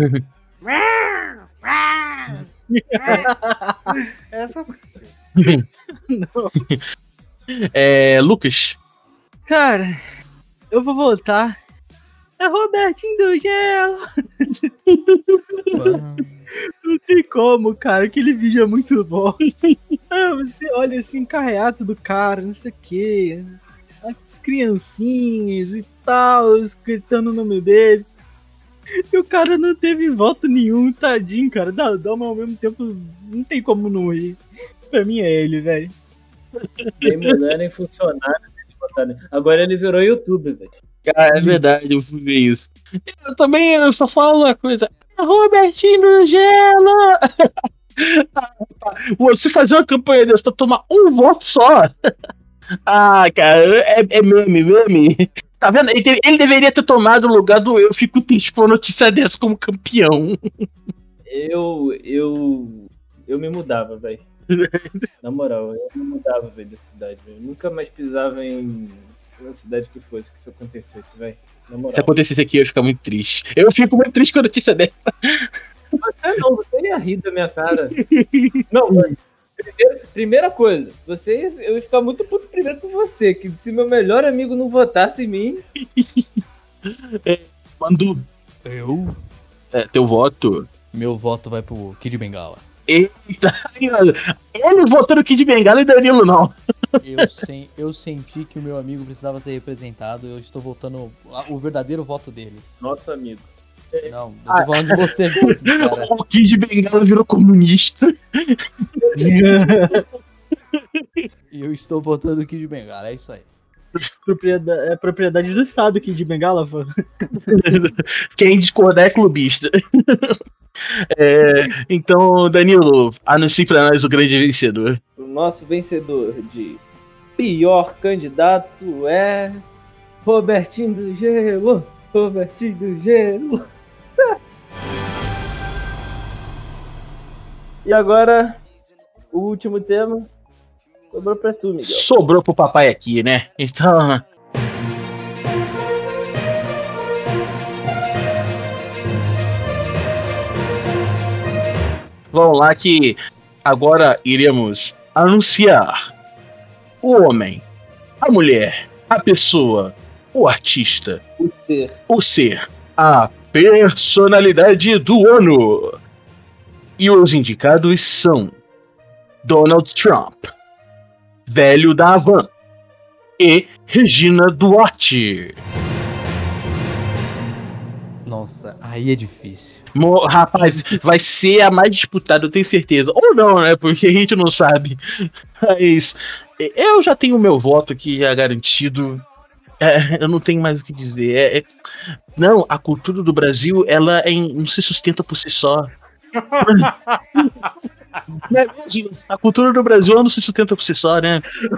Essa Não. É, Lucas. Cara, eu vou votar. É Robertinho do Gelo. Não tem como, cara. Aquele vídeo é muito bom. Ah, você olha assim, carreata do cara, não sei o que. As criancinhas e tal, gritando o nome dele. E o cara não teve voto nenhum, tadinho, cara. Dá, dá, mas ao mesmo tempo não tem como não rir. Pra mim é ele, velho. Nem mulher, nem funcionário. Agora ele virou youtuber, velho. Cara, é verdade, eu fui ver isso. Eu também eu só falo uma coisa. Robertinho do Gelo! Você fazer uma campanha dessa pra tomar um voto só. Ah, cara, é, é meme, meme. Tá vendo? Ele, ele deveria ter tomado o lugar do eu. Fico triste por uma notícia dessa como campeão. Eu, eu, eu me mudava, velho. Na moral, eu me mudava, velho, da cidade, velho. Nunca mais pisava em uma cidade que fosse que isso acontecesse, velho. Na moral. Se acontecesse aqui, eu ia ficar muito triste. Eu fico muito triste com a notícia dessa. Você não, você ia rir da minha cara. Não, primeira, primeira coisa, você, eu ia ficar muito puto primeiro com você, que se meu melhor amigo não votasse em mim... É, Mandu. Eu? É, teu voto. Meu voto vai pro Kid Bengala. Eita, ele votou no Kid Bengala e Danilo não. Eu, sen, eu senti que o meu amigo precisava ser representado, eu estou votando o verdadeiro voto dele. Nosso amigo. Não, eu tô falando de você mesmo, cara. O Kid Bengala virou comunista. E eu estou votando o Kid Bengala, é isso aí. Propriedade, é propriedade do Estado aqui de Bengala, pô. Quem discordar é clubista. É, então, Danilo, anuncie pra nós o grande vencedor. O nosso vencedor de pior candidato é Robertinho do Gelo. Robertinho do Gelo. E agora, o último tema sobrou pra tu, Miguel. Sobrou pro papai aqui, né? Então... Vamos lá que agora iremos anunciar o homem, a mulher, a pessoa, o artista, O ser. o ser, a personalidade do ano. E os indicados são Donald Trump, Velho da Havan e Regina Duarte. Nossa, aí é difícil. Mo- Rapaz, vai ser a mais disputada, eu tenho certeza. Ou não, né? Porque a gente não sabe. Mas eu já tenho o meu voto aqui já garantido. É, eu não tenho mais o que dizer. É, é- Não, a cultura do Brasil, ela é em- não se sustenta por si só. Né, imagina, a cultura do Brasil ela não se sustenta por si só, né?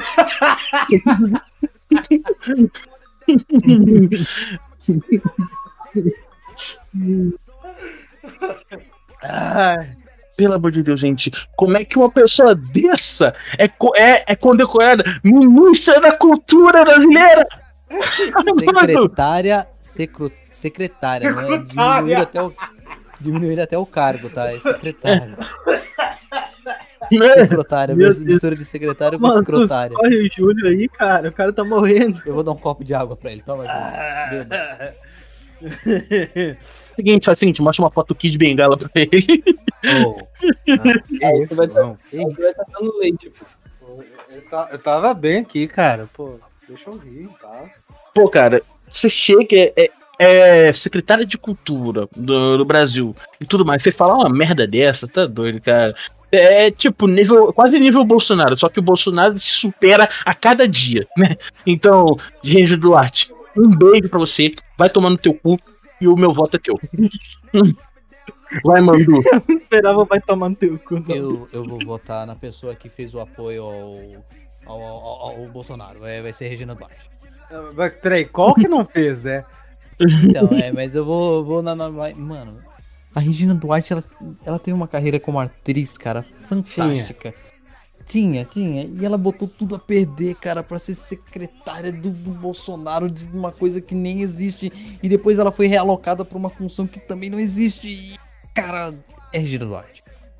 Ai, Pelo amor de Deus, gente, como é que uma pessoa dessa é, co- é, é condecorada ministra da cultura brasileira? Secretária, secro, secretária, não é? Diminuir até o, diminuir até o cargo, tá? É secretária. Né? Secretária, Meu Deus. mistura de secretário com Mano, secretária. corre o Júlio aí, cara. O cara tá morrendo. Eu vou dar um copo de água pra ele, toma, Júlio. Beba. Seguinte, faz o seguinte, mostra uma foto do Kid Bengala pra ele. oh. Não, que Aí isso, você vai tá- não. Que Aí isso? vai estar dando leite, pô. Pô, Eu, ta- eu tava bem aqui, cara. Pô, deixa eu rir, tá? Pô, cara, você chega, é, é secretária de cultura do, do Brasil e tudo mais, você falar uma merda dessa, tá doido, cara. É tipo, nível, quase nível Bolsonaro, só que o Bolsonaro se supera a cada dia, né? Então, Genjo Duarte, um beijo pra você, vai tomar no teu cu e o meu voto é teu. Vai, Mandu. Eu não esperava, vai tomar no teu cu. Não. Eu, eu vou votar na pessoa que fez o apoio ao, ao, ao, ao- ao Bolsonaro. Vai, vai ser Regina Duarte. Mas, peraí, qual que não fez, né? Então, é, mas eu vou, vou na, na. Mano, a Regina Duarte, ela, ela tem uma carreira como atriz, cara, fantástica. Tinha, tinha. E ela botou tudo a perder, cara, pra ser secretária do, do Bolsonaro de uma coisa que nem existe. E depois ela foi realocada pra uma função que também não existe. E, cara, é Regina Duarte.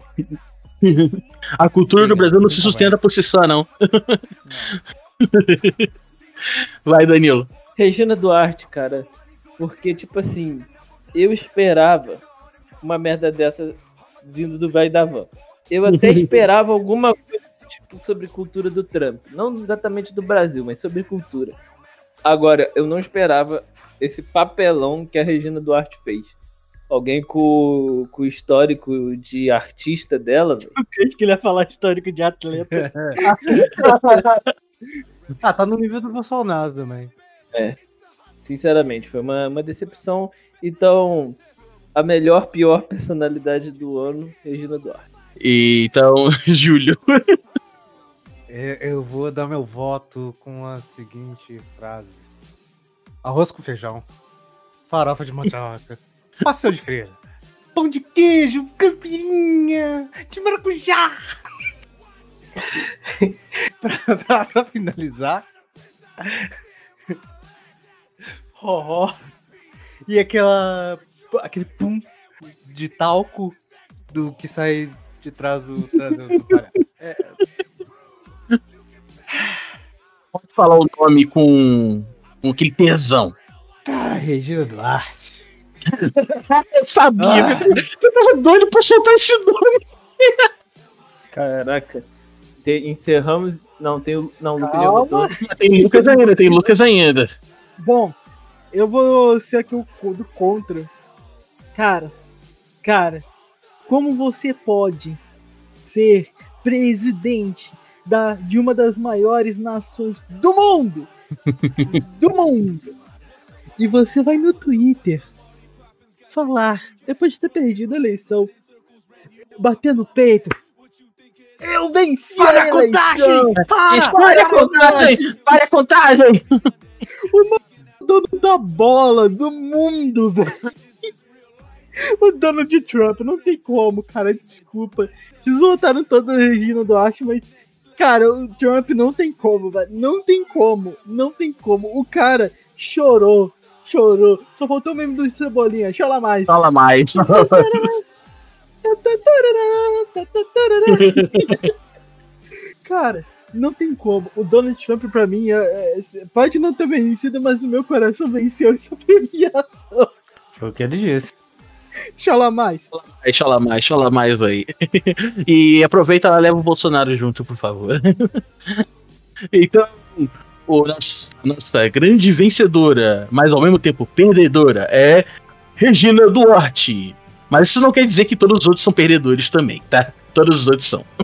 A cultura Siga, do Brasil não sem se sustenta conversa. por si só, não. Não. Vai, Danilo. Regina Duarte, cara. Porque, tipo assim, eu esperava uma merda dessa vindo do Vai da Van. Eu até esperava alguma coisa tipo, sobre cultura do Trump. Não exatamente do Brasil, mas sobre cultura. Agora, eu não esperava esse papelão que a Regina Duarte fez. Alguém com, com o histórico de artista dela, velho. Eu creio que ele ia falar histórico de atleta. Ah, tá no nível do Bolsonaro também. Sinceramente, foi uma, uma decepção. Então, a melhor, pior personalidade do ano, Regina Duarte. E, então, Júlio. Eu, eu vou dar meu voto com a seguinte frase: arroz com feijão, farofa de mandioca, pastel de freira, pão de queijo, caipirinha de maracujá. pra, pra, pra finalizar, Roró e aquela aquele pum de talco do que sai de trás do, trás do, do palhaço. É, Pode falar o nome com, com aquele tesão. ah, Regina Duarte. Eu sabia, Ah. eu tava doido pra soltar esse nome. Caraca. Te- encerramos. Não, tem o. Não, o Lucas já Calma. votou. Tem Lucas ainda, tem Lucas ainda. Bom, eu vou ser aqui o co- do contra. Cara, cara, como você pode ser presidente da, de uma das maiores nações do mundo? Do mundo! E você vai no Twitter falar, depois de ter perdido a eleição, bater no peito. Eu venci Para a a eleição! contagem! Para! Para a contagem! Para a contagem! Dono da bola do mundo, velho. O Donald Trump, não tem como, cara, desculpa. Vocês votaram toda a Regina Duarte, mas, cara, o Trump não tem como, velho. Não tem como, não tem como. O cara chorou, chorou. Só faltou o meme do Cebolinha, chora mais. Fala mais. Cara, não tem como. O Donald Trump, pra mim, é, é, pode não ter vencido, mas o meu coração venceu essa premiação. Foi o que ele disse. Chora mais. Deixa lá mais, deixa lá mais aí. E aproveita e leva o Bolsonaro junto, por favor. Então, o nosso, a nossa grande vencedora, mas ao mesmo tempo perdedora, é Regina Duarte. Mas isso não quer dizer que todos os outros são perdedores também, tá? Todos os outros são.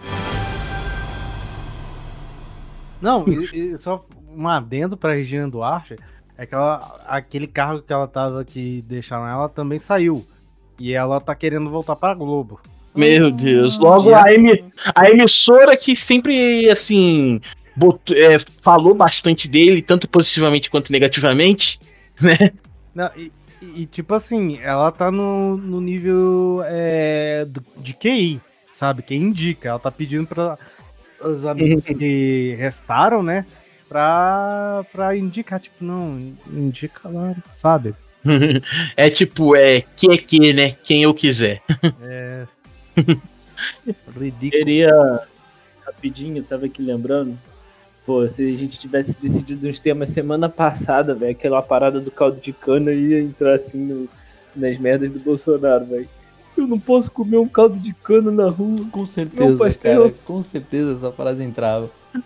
Não, e, e só um adendo pra Regina Duarte, é que ela, aquele cargo que ela tava que deixaram ela também saiu. E ela tá querendo voltar pra Globo. Meu Deus. Logo Ah, a, emi- a emissora que sempre, assim, botou- é, falou bastante dele, tanto positivamente quanto negativamente, né? Não, e, e, tipo assim, ela tá no, no nível é, do- de Q I, sabe? Quem indica. Ela tá pedindo para os amigos que restaram, né? Pra, pra indicar, tipo, não, indica lá, sabe? É tipo, é que é que, né? Quem eu quiser. É, Ridículo. Queria. Rapidinho, tava aqui lembrando. Pô, se a gente tivesse decidido uns temas semana passada, velho, aquela parada do caldo de cana ia entrar assim no- nas merdas do Bolsonaro, velho. Eu não posso comer um caldo de cana na rua. Com certeza, Meu pastel. cara. Com certeza essa frase entrava.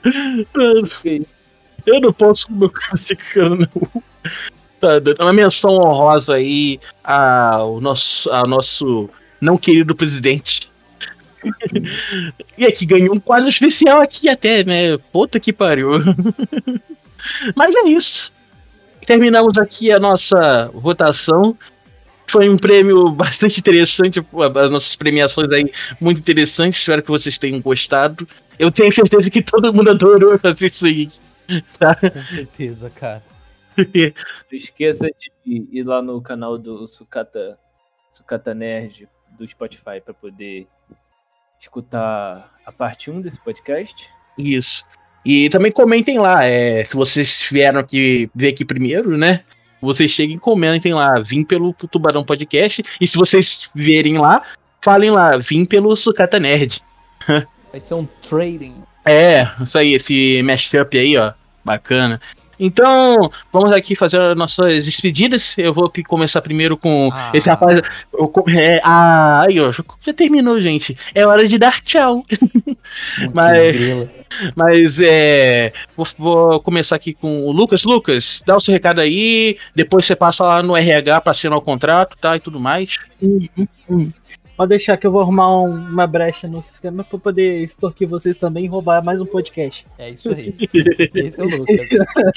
Eu não posso comer o cara não. Tá, dando uma menção honrosa aí ao nosso, ao nosso não querido presidente. E aqui ganhou um quadro especial aqui até, né? Puta que pariu. Mas é isso. Terminamos aqui a nossa votação. Foi um prêmio bastante interessante, as nossas premiações aí muito interessantes. Espero que vocês tenham gostado. Eu tenho certeza que todo mundo adorou fazer isso aí. Tá? Com certeza, cara. Não esqueça de ir lá no canal do Sucata, Sucata Nerd do Spotify para poder escutar a parte um desse podcast. Isso. E também comentem lá, é, se vocês vieram aqui ver aqui primeiro, né? Vocês cheguem e comentem lá, vim pelo Tubarão Podcast. E se vocês vierem lá, falem lá, vim pelo Sucata Nerd. Vai ser um trading. É, isso aí, esse mashup aí, ó, bacana. Então, vamos aqui fazer as nossas despedidas. Eu vou começar primeiro com Ah. esse rapaz. Eu, é, ah, aí, ó, já, já terminou, gente. É hora de dar tchau. Mas, mas é. Vou, vou começar aqui com o Lucas. Lucas, dá o seu recado aí. Depois você passa lá no R H pra assinar o contrato, tá? E tudo mais. Hum, hum, hum. Pode deixar que eu vou arrumar um, uma brecha no sistema pra poder extorquir vocês também e roubar mais um podcast. É isso aí. Esse é o Lucas.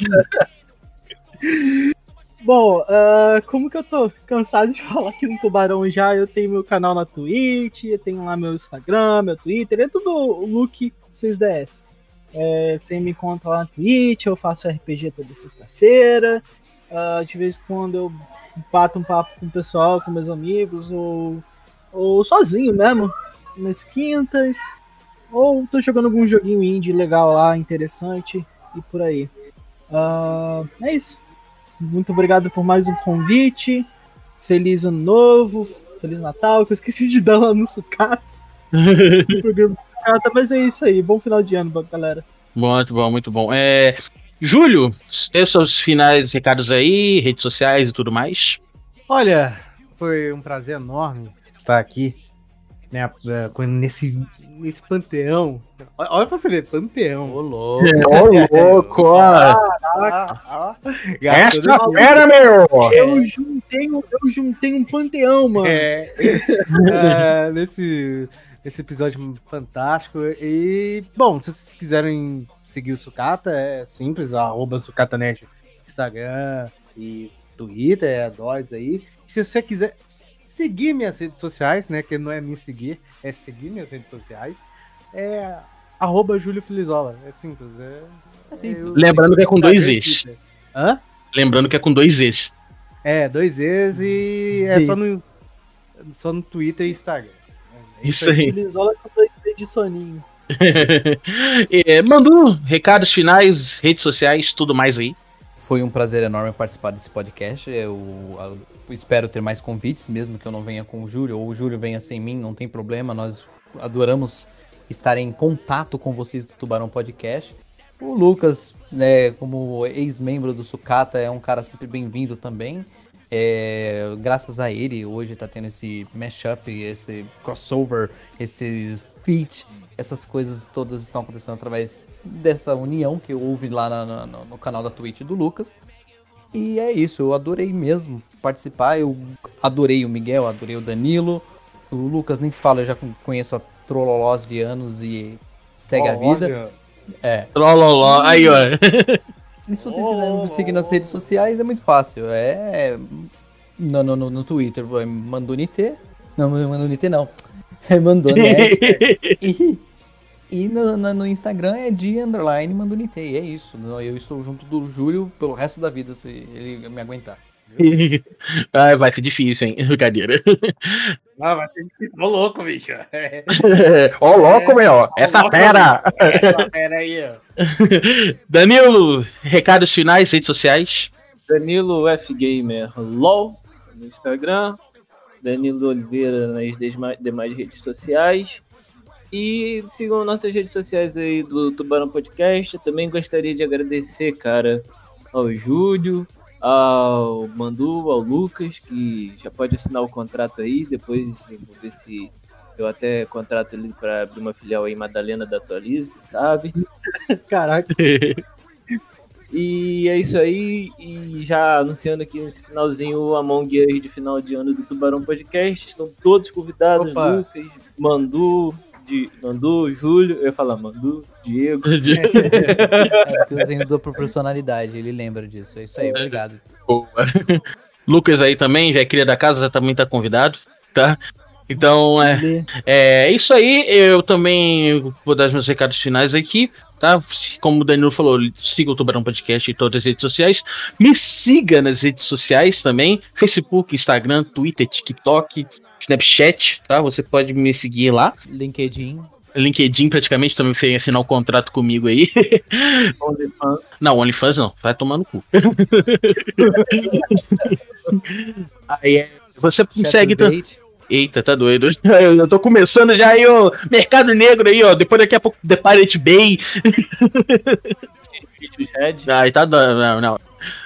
Bom, uh, como que eu tô cansado de falar aqui no Tubarão já, eu tenho meu canal na Twitch, eu tenho lá meu Instagram, meu Twitter, é tudo o Luke seis D S. É, você me encontra lá na Twitch, eu faço R P G toda sexta-feira, uh, de vez em quando eu bato um papo com o pessoal, com meus amigos, ou, ou sozinho mesmo, nas quintas, ou tô jogando algum joguinho indie legal lá, interessante, e por aí. Uh, é isso. Muito obrigado por mais um convite. Feliz ano novo, Feliz Natal, que eu esqueci de dar lá no Sucata. No programa do Sucata, mas é isso aí. Bom final de ano, galera. Muito bom, muito bom. É, Júlio, tem os seus finais recados aí, redes sociais e tudo mais? Olha, foi um prazer enorme estar aqui, né, nesse, nesse panteão. Olha pra você ver, panteão. Ô, louco. Ô, louco, ó. Essa fera, meu! Eu juntei, um- eu juntei um panteão, mano. É, é, nesse, nesse episódio fantástico. E, bom, se vocês quiserem seguir o Sucata, é simples, arroba SucataNerd, Instagram e Twitter, é nós aí. Se você quiser seguir minhas redes sociais, né, que não é me seguir, é seguir minhas redes sociais, é arroba Júlio Filizola, é simples. É, É simples. eu- Lembrando que é com dois Instagram e Zs. Twitter. Hã? Lembrando que é com dois Zs. É, dois Zs e é só no, só no Twitter e Instagram. É Isso aí. Utilizola com dois D de soninho. É, Mandu, recados finais, redes sociais, tudo mais aí. Foi um prazer enorme participar desse podcast. Eu, eu espero ter mais convites, mesmo que eu não venha com o Júlio, ou o Júlio venha sem mim, não tem problema. Nós adoramos estar em contato com vocês do Tubarão Podcast. O Lucas, né, como ex-membro do Sucata, é um cara sempre bem-vindo também. É, graças a ele, hoje tá tendo esse mashup, esse crossover, esse feat, essas coisas todas estão acontecendo através dessa união que houve lá na, na, no canal da Twitch do Lucas. E é isso, eu adorei mesmo participar, eu adorei o Miguel, adorei o Danilo. O Lucas nem se fala, eu já conheço a Trololós de anos e segue a vida. É. Lololó, aí ó. E se vocês quiserem me seguir nas redes sociais, é muito fácil. É no, no, no, no Twitter, é Mandunité. Não, Mandunité não. É Mandonete. E, e no, no, no Instagram é de underline Mandunité. E é isso. Eu estou junto do Júlio pelo resto da vida, se ele me aguentar. Ai, vai ser difícil, hein? Brincadeira. Ah, vai ser difícil. Ô, louco, bicho. É. Ó, louco, meu. Ó, Essa louco, fera. bicho. Essa fera aí, ó. Danilo, recados finais, redes sociais. Danilo F Gamer LOL no Instagram, Danilo Oliveira nas desma- demais redes sociais. E sigam nossas redes sociais aí do Tubarão Podcast. Eu também gostaria de agradecer, cara, ao Júlio, ao Mandu, ao Lucas, que já pode assinar o contrato aí. Depois eu vou ver se eu até contrato ele para abrir uma filial aí em Madalena da Atualize, sabe? Caraca. E é isso aí, e já anunciando aqui nesse finalzinho o Among Us de final de ano do Tubarão Podcast. Estão todos convidados, Opa. Lucas, Mandu, de, Mandu, Júlio, eu ia falar Mandu, Diego. É porque eu tenho dupla personalidade, ele lembra disso. É isso aí, obrigado. Boa. Lucas aí também, já é cria da casa, já também tá convidado, tá? Então, é, é isso aí. Eu também vou dar os meus recados finais aqui. tá? Como o Danilo falou, siga o Tubarão Podcast em todas as redes sociais. Me siga nas redes sociais também, Facebook, Instagram, Twitter, TikTok, Snapchat, tá? Você pode me seguir lá. LinkedIn. LinkedIn praticamente também fez assinar um contrato comigo aí. OnlyFans. Não, OnlyFans não, vai tomar no cu. Aí é, você me segue também. Eita, tá doido. Eu tô começando já aí o mercado negro aí, ó. Depois daqui a pouco The Pirate Bay. Aí tá dando, não, não.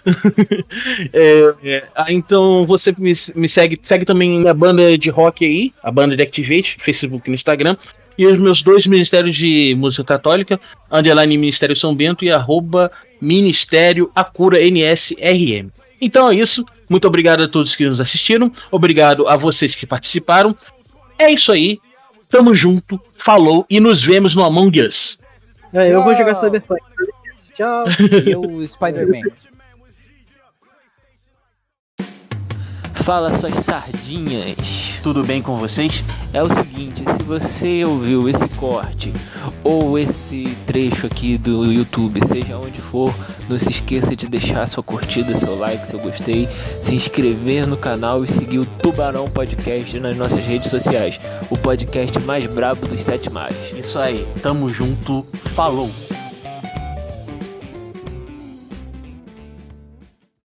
é, é, ah, então você me, me segue, segue também minha banda de rock aí, a banda de Activate, Facebook e no Instagram. E os meus dois ministérios de música católica, underline Ministério São Bento e arroba Ministério Acura N S R M. Então é isso. Muito obrigado a todos que nos assistiram. Obrigado a vocês que participaram. É isso aí. Tamo junto. Falou e nos vemos no Among Us. É, eu vou jogar Cyberpunk. Tchau. E o Spider-Man. Fala, suas sardinhas, tudo bem com vocês? É o seguinte, se você ouviu esse corte ou esse trecho aqui do YouTube, seja onde for, não se esqueça de deixar sua curtida, seu like, seu gostei, se inscrever no canal e seguir o Tubarão Podcast nas nossas redes sociais, o podcast mais brabo dos sete mares. Isso aí, tamo junto, falou!